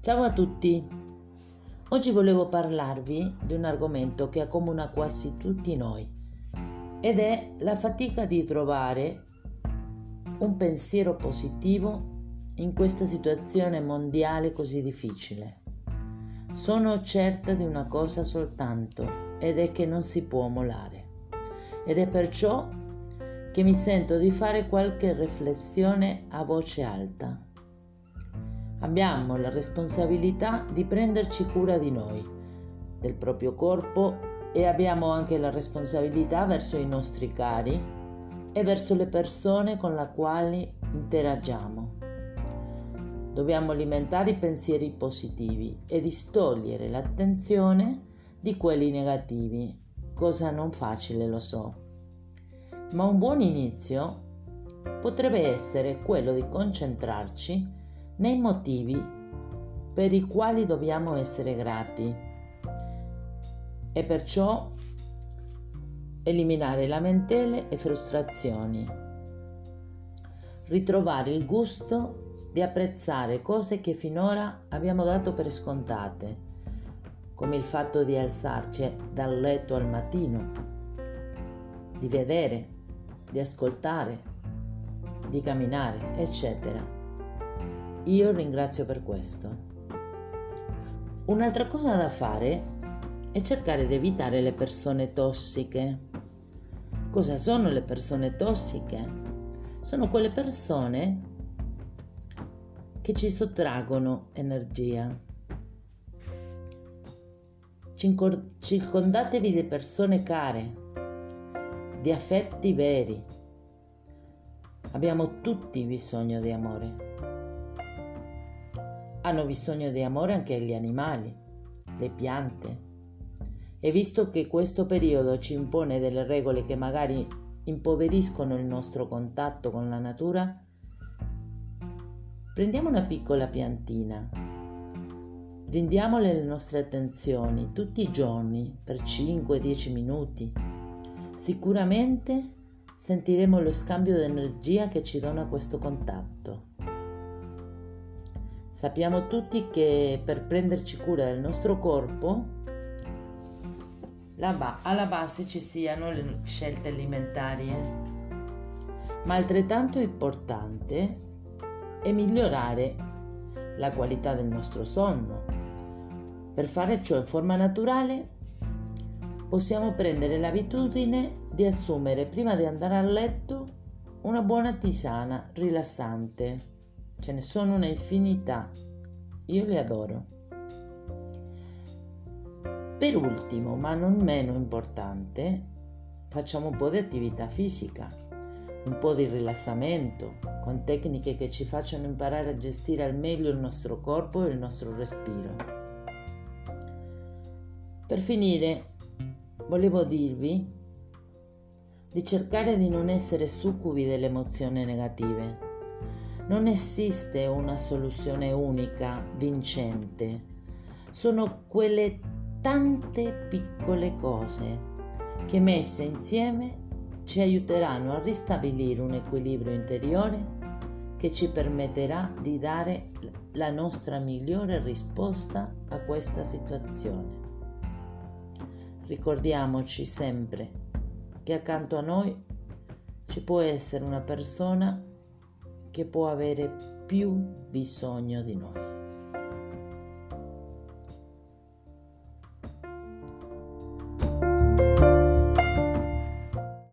Ciao a tutti, oggi volevo parlarvi di un argomento che accomuna quasi tutti noi ed è la fatica di trovare un pensiero positivo in questa situazione mondiale così difficile. Sono certa di una cosa soltanto ed è che non si può mollare ed è perciò che mi sento di fare qualche riflessione a voce alta. Abbiamo la responsabilità di prenderci cura di noi, del proprio corpo e abbiamo anche la responsabilità verso i nostri cari e verso le persone con le quali interagiamo. Dobbiamo alimentare i pensieri positivi e distogliere l'attenzione di quelli negativi, cosa non facile, lo so. Ma un buon inizio potrebbe essere quello di concentrarci nei motivi per i quali dobbiamo essere grati e perciò eliminare lamentele e frustrazioni, ritrovare il gusto di apprezzare cose che finora abbiamo dato per scontate, come il fatto di alzarci dal letto al mattino, di vedere, di ascoltare, di camminare, eccetera. Io ringrazio per questo. Un'altra cosa da fare è cercare di evitare le persone tossiche. Cosa sono le persone tossiche? Sono quelle persone che ci energia. Circondatevi di persone care, di affetti veri. Abbiamo tutti bisogno di amore. Hanno bisogno di amore anche gli animali, le piante. E visto che questo periodo ci impone delle regole che magari impoveriscono il nostro contatto con la natura, prendiamo una piccola piantina, rendiamole le nostre attenzioni tutti i giorni per 5-10 minuti. Sicuramente sentiremo lo scambio di energia che ci dona questo contatto. Sappiamo tutti che per prenderci cura del nostro corpo alla base ci siano le scelte alimentari, ma altrettanto importante è migliorare la qualità del nostro sonno. Per fare ciò in forma naturale possiamo prendere l'abitudine di assumere prima di andare a letto una buona tisana rilassante. Ce ne sono una infinità, io li adoro. Per ultimo, ma non meno importante, facciamo un po' di attività fisica, un po' di rilassamento, con tecniche che ci facciano imparare a gestire al meglio il nostro corpo e il nostro respiro. Per finire, volevo dirvi di cercare di non essere succubi delle emozioni negative. Non esiste una soluzione unica, vincente. Sono quelle tante piccole cose che messe insieme ci aiuteranno a ristabilire un equilibrio interiore che ci permetterà di dare la nostra migliore risposta a questa situazione. Ricordiamoci sempre che accanto a noi ci può essere una persona che può avere più bisogno di noi.